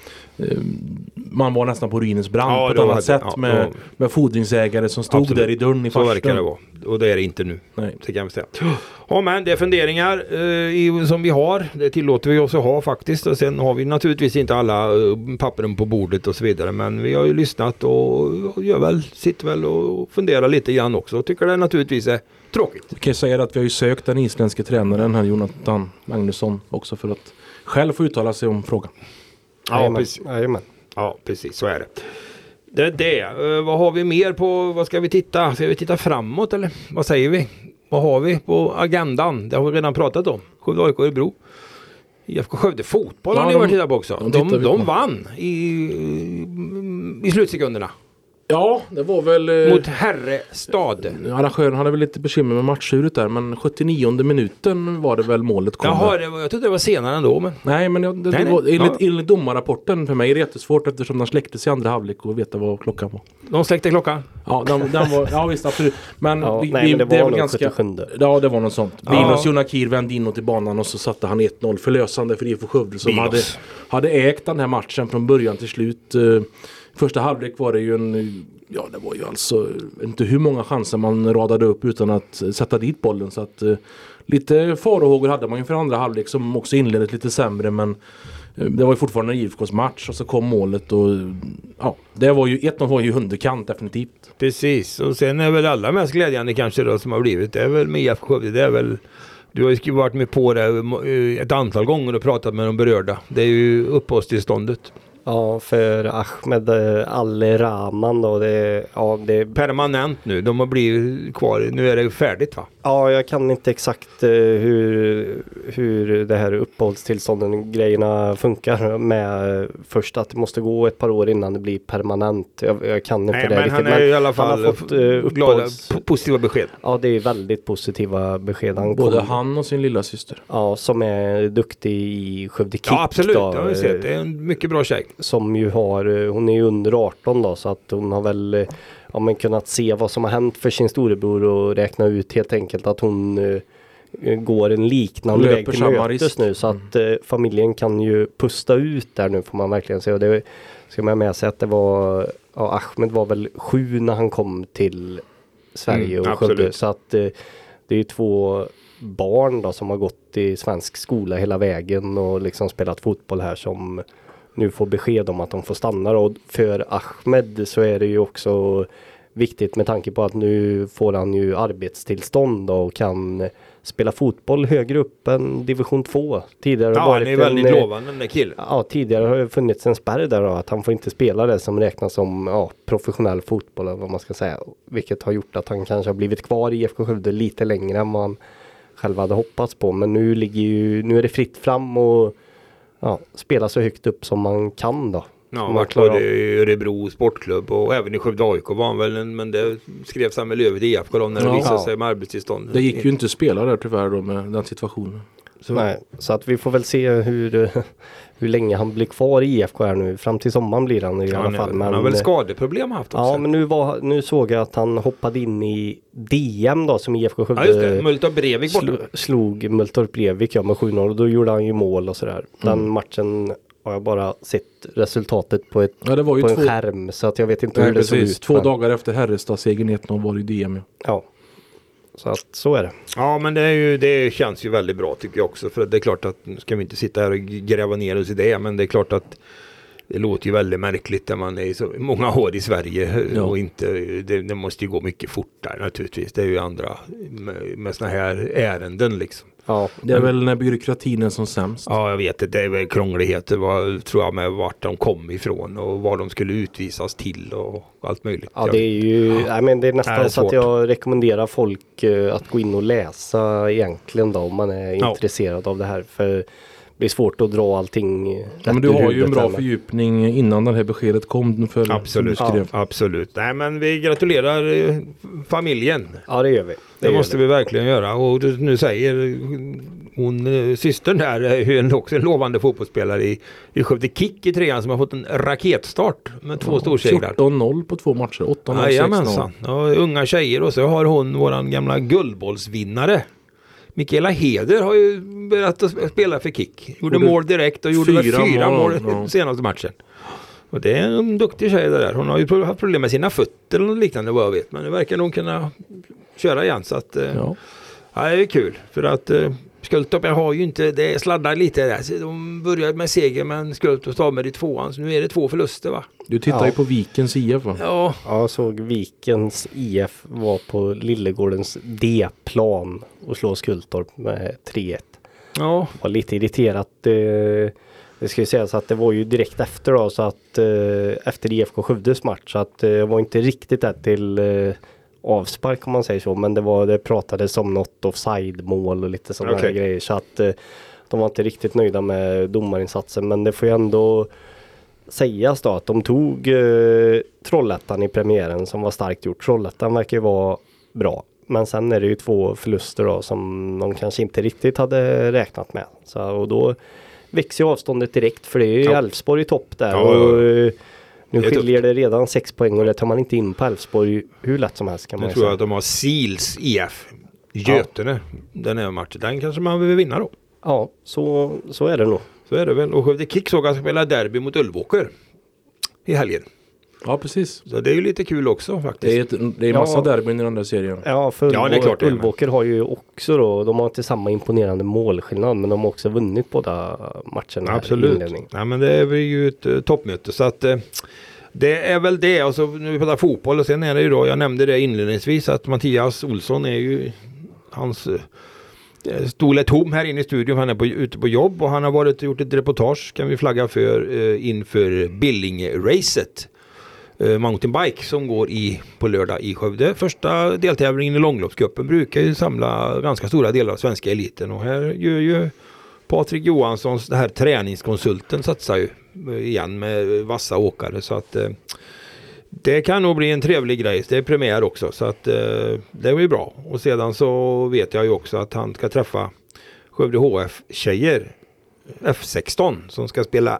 man var nästan på ruinens brand på ett annat sätt med fordringsägare som stod där i dörren i farsten. Så verkar det vara. Och det är det inte nu. Nej. Det kan vi säga. Ja, men det är funderingar som vi har. Det tillåter vi oss att ha faktiskt. Och sen har vi naturligtvis inte alla pappren på bordet och så vidare. Men vi har ju lyssnat och sitter väl och funderar lite grann också. Och tycker det naturligtvis är tråkigt. Jag kan säga att vi har ju sökt den isländske tränaren här, Jonathan Magnusson, också för att själv få uttala sig om frågan. Ja, precis. Ja, precis. Så är det. Det är det. Vad har vi mer på? Vad ska vi titta? Ska vi titta framåt eller? Vad säger vi? Vad har vi på agendan? Det har vi redan pratat om. Skövde AIK Örebro. IFK Skövde fotboll har ni varit titta på också. De vann i slutsekunderna. Ja, det var väl... mot Herrestad. Arrangören hade väl lite bekymmer med matchuret där, men 79:e minuten var det väl målet kom. Jaha, jag trodde det var senare ändå. Men... Nej, men det var enligt domarrapporten för mig är det jättesvårt, eftersom den släcktes i andra halvlek och veta vad klockan var. De släckte klockan? Ja, den var, ja visst, absolut. Men, men det var nog ganska... 77. Ja, det var något sånt. Linus Jonakir vände inåt till banan och så satte han 1-0 förlösande för IFK Skövde som hade ägt den här matchen från början till slut. Första halvlek var det ju det var ju alltså inte hur många chanser man radade upp utan att sätta dit bollen, så att lite farhågor hade man ju för andra halvlek som också inleddes lite sämre, men det var ju fortfarande en IFKs match och så kom målet och det var ju 1-0 var ju underkant definitivt. Precis, och sen är väl allra mest glädjande kanske då som har blivit, det är väl med IFK Skövde, det är väl, du har ju varit med på det ett antal gånger och pratat med de berörda, det är ju uppehållstillståndet. Ja, för Ahmed Al-Rahman då, det är permanent nu, de har blivit kvar, nu är det färdigt va? Ja, jag kan inte exakt hur det här uppehållstillstånden grejerna funkar med först att det måste gå ett par år innan det blir permanent. Jag kan inte det men riktigt. Han är i alla fall han har fått glada, positiva besked. Ja, det är väldigt positiva besked. Både han och sin lilla syster. Ja, som är duktig i Skövde Kick. Ja, absolut. Då, det har vi sett. Det är en mycket bra tjej. Som ju hon är ju under 18 då, så att hon har väl kunnat se vad som har hänt för sin storebror och räkna ut helt enkelt att hon går en liknande väg till mötes nu, så att familjen kan ju pusta ut där nu, får man verkligen säga. Och det ska man med sig att det var Ahmed var väl 7 när han kom till Sverige och Skövde, så att det är ju 2 barn då som har gått i svensk skola hela vägen och liksom spelat fotboll här som nu får besked om att de får stanna. Och för Ahmed så är det ju också viktigt med tanke på att nu får han ju arbetstillstånd och kan spela fotboll högre upp än division 2. Tidigare han är väldigt lovande den där killen. Ja, tidigare har det funnits en spärr där då, att han får inte spela det som räknas som professionell fotboll eller vad man ska säga. Vilket har gjort att han kanske har blivit kvar i IFK Skövde lite längre än vad han själv hade hoppats på. Men nu är det fritt fram och spela så högt upp som man kan då. Ja, vart var det i Örebro sportklubb och även i Skövde AIK var han väl men det skrevs han väl över till IFK då när det visade sig med arbetstillstånd. Det gick ju inte att spela där tyvärr då med den situationen. Så att vi får väl se hur länge han blir kvar i IFK här nu. Fram till sommaren blir han i alla fall. Men han har väl skadeproblem haft också. Ja, men nu såg jag att han hoppade in i DM då som IFK Skövde. Ja, just det. Multorp Brevik slog Multorp Brevik med 7-0 och då gjorde han ju mål och sådär. Den matchen har jag bara sett resultatet på det var ju en skärm så att jag vet inte hur det såg ut. 2 dagar efter Herrestad-segern 1-0 var det DM. Ja. Så att så är det. Ja, men det känns ju väldigt bra tycker jag också. För det är klart att, nu ska vi inte sitta här och gräva ner oss i det, men det är klart att det låter ju väldigt märkligt när man är så många år i Sverige och inte, det måste ju gå mycket fortare naturligtvis. Det är ju andra med såna här ärenden liksom. Ja, det är väl när byråkratin är som sämst. Ja, jag vet det är väl krångligheter tror jag med vart de kom ifrån och vad de skulle utvisas till och allt möjligt. Ja, det är ju det är nästan så att jag rekommenderar folk att gå in och läsa egentligen då om man är intresserad av det här, för det blir svårt att dra allting rätt. Men du har ju en bra fördjupning innan det här beskedet kom för absolut. Nej, men vi gratulerar familjen. Ja, det gör vi. Det måste vi verkligen göra. Och nu säger hon, systern där, är ju också en lovande fotbollsspelare i Skövde Kick i 3an som har fått en raketstart med 2 storsegrar. 14-0 på 2 matcher, 8-0, 6-0. Ja, unga tjejer och så har hon våran gamla guldbollsvinnare. Mikaela Heder har ju börjat att spela för Kick. Gjorde mål direkt och gjorde 4 mål senaste matchen. Och det är en duktig tjej där. Hon har ju haft problem med sina fötter eller något liknande vad jag vet. Men det verkar nog kunna köra igen. Så att, det är kul. För att Skultorp har ju inte, det sladdar lite där. Så de började med seger men Skultorp står med i 2an. Så nu är det 2 förluster va? Du tittar ju på Vikens IF va? Ja, jag såg Vikens IF var på Lillegårdens D-plan och slå Skultorp med 3-1. Ja. Var lite irriterat. Det ska ju sägas att det var ju direkt efter då, så att efter IFK Skövdes match, så att det var inte riktigt där till avspark om man säger så, men det pratades om något offside-mål och lite sådana grejer, så att de var inte riktigt nöjda med domarinsatsen, men det får ju ändå sägas då att de tog Trollhättan i premiären som var starkt gjort. Trollhättan verkar ju vara bra, men sen är det ju 2 förluster då som de kanske inte riktigt hade räknat med, så, och då växer avståndet direkt, för det är ju Elfsborg i topp där och nu skiljer det redan 6 poäng och det tar man inte in på Elfsborg hur lätt som helst kan man säga. Jag tror att de har Sils IF Götene, den här matchen, den kanske man vill vinna då. Ja, så är det nog. Så är det väl, och Skövde Kick såg att spela derby mot Ulvåker i helgen. Ja, precis. Så det är ju lite kul också faktiskt. Det är massa derbyn i den där serien. Ja, för det är klart Ulvåker har ju också då, de har inte samma imponerande målskillnad, men de har också vunnit båda matcherna. Absolut. Ja, men det är ju ett toppmöte, så att det är väl det. Och så nu pratar fotboll, och sen är det ju då, jag nämnde det inledningsvis, att Mattias Olsson är ju, hans stol är tom här inne i studion. Han är ute på jobb och han har gjort ett reportage, kan vi flagga för, inför Billinge-racet. Mountainbike som går på lördag i Skövde. Första deltävlingen i långloppscupen brukar ju samla ganska stora delar av svenska eliten, och här gör ju Patrik Johanssons, det här träningskonsulten, satsar ju igen med vassa åkare, så att det kan nog bli en trevlig grej. Det är premiär också, så att det är ju bra. Och sedan så vet jag ju också att han ska träffa Skövde HF-tjejer F16 som ska spela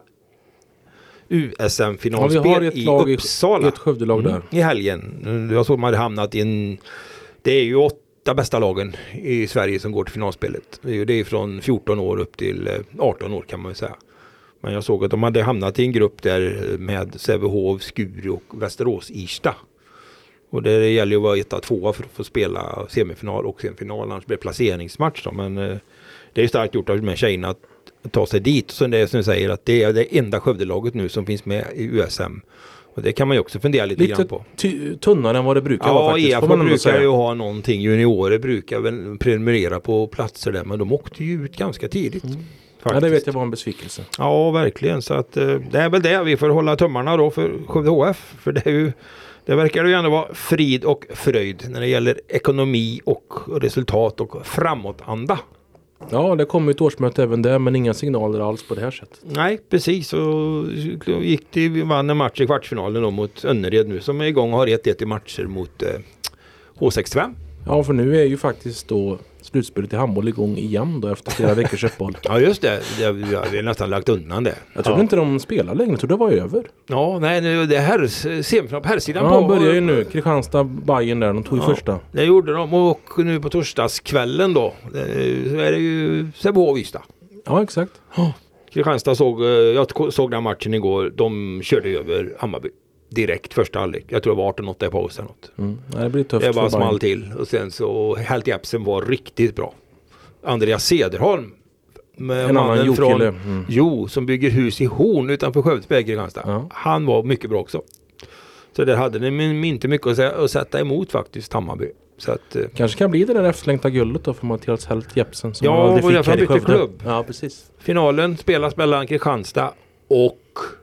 USM-finalspel i Uppsala. Ett Skövdelag där. I helgen. Jag såg att man hade hamnat i det är ju 8 bästa lagen i Sverige som går till finalspelet. Det är från 14 år upp till 18 år kan man säga. Men jag såg att de hade hamnat i en grupp där med Sävehof, Skuru och Västerås-Irsta. Och det gäller ju att vara 1-2 för att få spela semifinal och semifinal, annars blir det placeringsmatch då. Men det är starkt gjort av de här tjejerna att ta sig dit. Så det är som jag säger, att det är det enda Skövdelaget nu som finns med i USM. Och det kan man ju också fundera lite grann på. Tunnare än vad det brukar vara faktiskt. Ja, EFA brukar ju ha någonting. Juniorer brukar väl prenumerera på platser där, men de åkte ju ut ganska tidigt. Ja, det vet jag var en besvikelse. Ja, verkligen. Så att det är väl det. Vi får hålla tummarna då för Skövde HF. För det verkar ju ändå vara frid och fröjd när det gäller ekonomi och resultat och framåtanda. Ja, det kom ett årsmöte även där, men inga signaler alls på det här sättet. Nej, precis. Och vi vann en match i kvartsfinalen då mot Önnered nu som är igång och har 1-1 i matcher mot H65. Ja, för nu är ju faktiskt då slutspelet i handboll igång igen då efter flera veckors uppehåll. Ja, just det. Vi har nästan lagt undan det. Jag trodde inte de spelar längre. Jag trodde det var över. Ja, nej, det är herrsidan på. Ja, börjar ju nu. Kristianstad, Bayern där. De tog ju första. Det gjorde de. Och nu på torsdagskvällen då så är det ju Sävehof och Ystad. Ja, exakt. Kristianstad jag såg den matchen igår. De körde över Hammarby. Direkt första halvlek. Jag tror det var 18-8 i pausen. Det blir tufft. Det bara small till. Och sen så Helt Jepsen var riktigt bra. Andreas Cederholm. Med en annan från som bygger hus i Horn utanför Skövde Kristianstad. Ja. Han var mycket bra också. Så där hade de inte mycket att sätta emot faktiskt Hammarby. Så att, kanske kan bli det där efterlängta guldet då för Mattias Helt Jepsen. Som ja, och därför bytte klubb. Ja, precis. Finalen spelas mellan Kristianstad och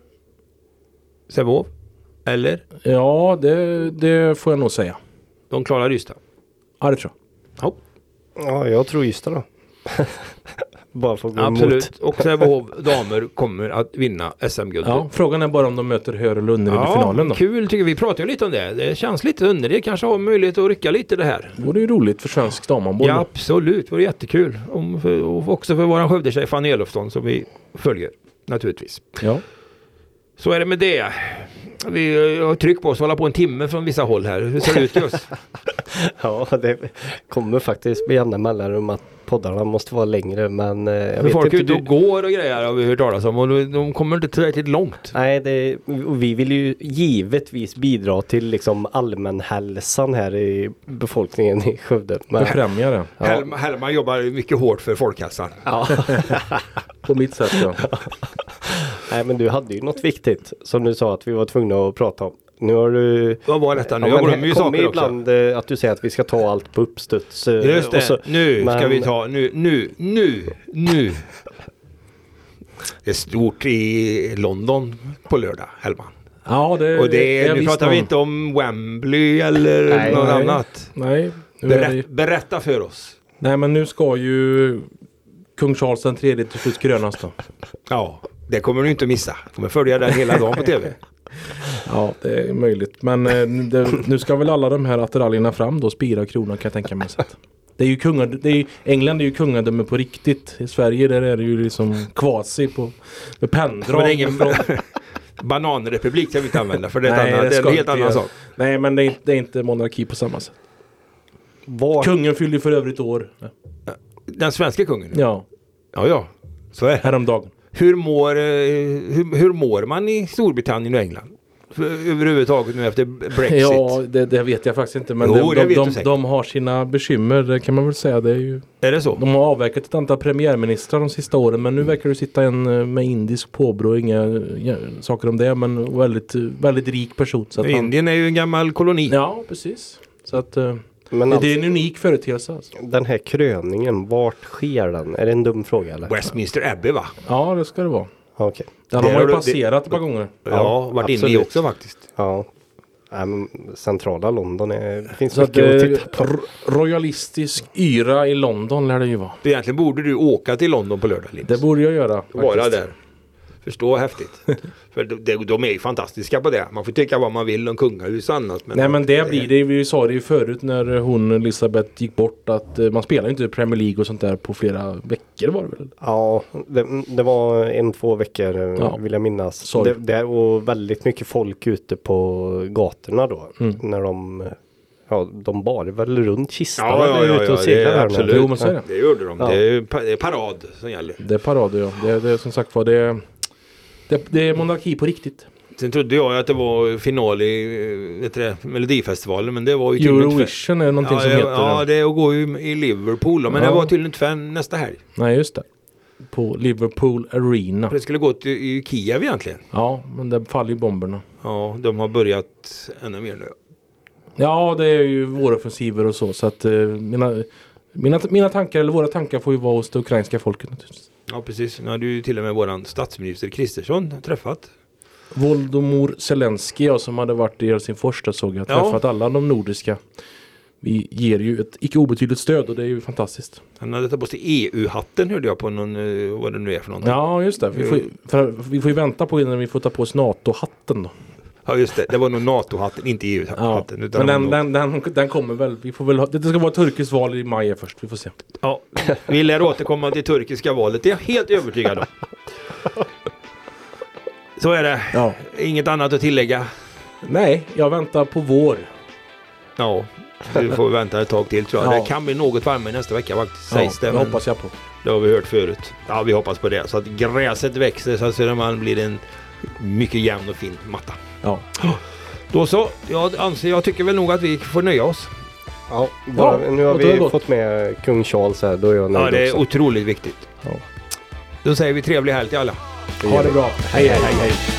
Sävehof. Eller? Ja, det får jag nog säga. De klarar Ystad. Ja, det tror jag. Ja, jag tror Ystad då. Bara för att gå absolut. emot. Och Sävehof damer kommer att vinna SM-guld. Ja, frågan är bara om de möter Hör eller Önnered i finalen då. Kul tycker vi. Pratar ju lite om det. Det känns lite Önnered kanske har möjlighet att rycka lite det här. Det vore ju roligt för svensk damhandboll. Ja, absolut. Det vore jättekul. Och också för våran Skövdetjej Fanny Elofsson som vi följer naturligtvis. Ja. Så är det med det. Vi har tryck på oss att hålla på en timme från vissa håll här. Hur ser det ut just? Ja, det kommer faktiskt med jämna mellanrum att poddarna måste vara längre, men jag vet folk inte. Folk går och grejer har vi hört talas om och de kommer inte tillräckligt långt. Nej, vi vill ju givetvis bidra till liksom allmänhälsan här i befolkningen i Skövde. Men främja det. Ja. Hellman jobbar mycket hårt för folkhälsan. Ja. På mitt sätt, ja. Nej, men du hade ju något viktigt som du sa att vi var tvungna att prata om. Nu har du... Vad var detta nu? Ja, jag glömmer ju saker ibland också. Att du säger att vi ska ta allt på uppstuds. Just det. Så, nu ska vi ta... Nu. Det är stort i London på lördag, Hellman. Ja, det och nu pratar vi inte om Wembley eller något annat. Nej. Berätta för oss. Nej, men nu ska ju kung Charles den tredje till slut krönas då. Ja, det kommer du inte att missa. Du kommer följa den hela dagen på tv. Ja, det är möjligt. Men nu ska väl alla de här attiraljerna fram då, spira och krona kan jag tänka mig. Det är ju England är ju kungadöme på riktigt. I Sverige där är det ju liksom kvasi med penndrag. Men det är ingen bananrepublik ska vi inte använda för det är en helt annan sak. Nej, men det är inte monarki på samma sätt. Kungen fyllde för övrigt år. Den svenska kungen? Ja. Ja. Så är det. Häromdagen. Hur mår man i Storbritannien och England? Överhuvudtaget nu efter Brexit? Ja, det vet jag faktiskt inte. Men de har sina bekymmer, det kan man väl säga. Är det så? De har avverkat ett antal premiärministrar de sista åren. Men nu verkar det sitta en med indisk påbrå. Inga saker om det. Men väldigt, väldigt rik person. Så att Indien är ju en gammal koloni. Ja, precis. Så att... Men det är en unik företeelse. Alltså. Den här kröningen, vart sker den? Är det en dum fråga eller? Westminster Abbey va? Ja, det ska det vara. Okay. Den har man ju passerat ett par gånger. Ja, varit inne i också faktiskt. Ja. Centrala London finns mycket att titta på. Royalistisk yra i London lär det ju vara. Egentligen borde du åka till London på lördag, Linus. Det borde jag göra. Vara där. Förstå häftigt. För de är ju fantastiska på det. Man får tycka vad man vill om kungahus och annat. Men nej, men det blir det. Vi sa det ju förut när hon Elisabeth gick bort att man spelar inte Premier League och sånt där på flera veckor var det väl? Ja, det var 1-2 veckor vill jag minnas. Det och väldigt mycket folk ute på gatorna då. När de bar väl runt kistan ute och seglade där. Absolut. Jo, men så är det. Det gjorde de. Ja. Det är parad som gäller. Det är parad, ja. Det är som sagt var det är monarki på riktigt. Sen trodde jag att det var final i Melodifestivalen, men det var ju Eurovision är någonting som heter. Ja, det går ju i Liverpool, men det var tydligen inte för nästa helg. Nej, just det. på Liverpool Arena. Det skulle gå till Kiev egentligen. Ja, men det faller ju bomberna. Ja, de har börjat ännu mer nu. Ja, det är ju våra offensiver och så att mina tankar eller våra tankar får ju vara hos det ukrainska folket naturligtvis. Ja, precis. Nu hade ju till och med våran statsminister Kristersson träffat. Volodymyr Zelensky, som hade varit i Helsingfors, såg jag träffat alla de nordiska. Vi ger ju ett icke obetydligt stöd och det är ju fantastiskt. Han hade tagit på sig EU-hatten, hörde jag på någon, vad det nu är för någonting. Ja, just det. Vi får ju vänta på innan vi får ta på oss NATO-hatten då. Ja, just det. Det var nog NATO-hatten, inte EU-hatten. Ja, utan men den kommer väl. Vi får väl det ska vara turkiskt val i maj först. Vi får se. Ja, vi lär återkomma till turkiska valet. Det är jag helt övertygad om. Så är det. Ja. Inget annat att tillägga. Nej, jag väntar på vår. Ja, du får vänta ett tag till tror jag. Ja. Det kan bli något varmare nästa vecka faktiskt, sägs det. Det hoppas jag på. Det har vi hört förut. Ja, vi hoppas på det. Så att gräset växer så att Södermalm blir en mycket jämn och fin matta. Ja. Då så, jag tycker väl nog att vi får nöja oss. Ja, nu har vi fått med kung Charles här, då är jag nöjd. Ja, det är också otroligt viktigt. Ja. Då säger vi trevlig helg till alla. Ha det bra. Hej.